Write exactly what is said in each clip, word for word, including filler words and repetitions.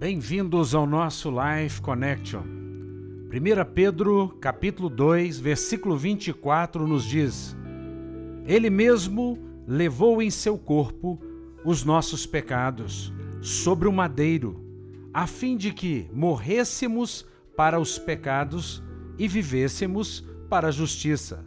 Bem-vindos ao nosso Life Connection. primeira Pedro, capítulo dois, versículo vinte e quatro nos diz: Ele mesmo levou em seu corpo os nossos pecados sobre o madeiro, a fim de que morrêssemos para os pecados e vivêssemos para a justiça.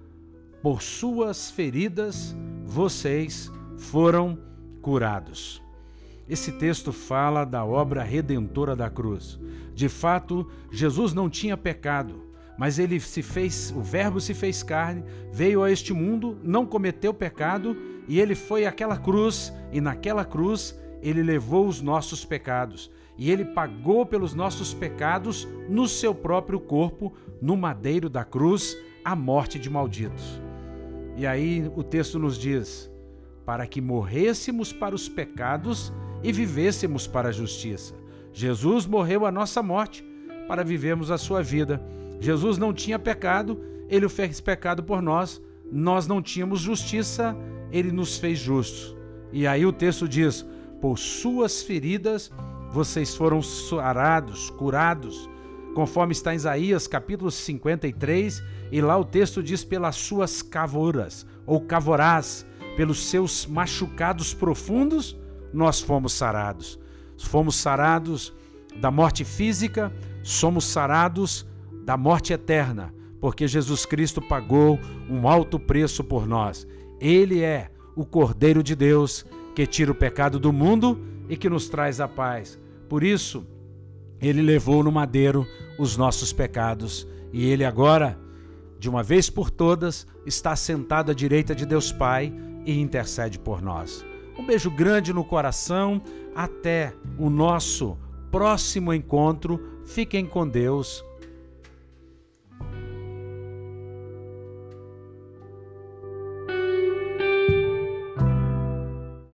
Por suas feridas vocês foram curados. Esse texto fala da obra redentora da cruz. De fato, Jesus não tinha pecado, mas ele se fez, o Verbo se fez carne, veio a este mundo, não cometeu pecado, e ele foi àquela cruz, e naquela cruz ele levou os nossos pecados, e ele pagou pelos nossos pecados no seu próprio corpo, no madeiro da cruz, a morte de malditos. E aí o texto nos diz: para que morrêssemos para os pecados e vivêssemos para a justiça. Jesus morreu a nossa morte para vivermos a sua vida. Jesus não tinha pecado, ele o fez pecado por nós. Nós não tínhamos justiça, ele nos fez justos. E aí o texto diz: por suas feridas vocês foram sarados, curados, conforme está em Isaías capítulo cinquenta e três, e lá o texto diz: pelas suas cavoras, ou cavorás, pelos seus machucados profundos, nós fomos sarados. Fomos sarados da morte física, somos sarados da morte eterna, porque Jesus Cristo pagou um alto preço por nós. Ele é o Cordeiro de Deus que tira o pecado do mundo e que nos traz a paz. Por isso, ele levou no madeiro os nossos pecados e ele agora, de uma vez por todas, está sentado à direita de Deus Pai e intercede por nós. Um beijo grande no coração, até o nosso próximo encontro. Fiquem com Deus.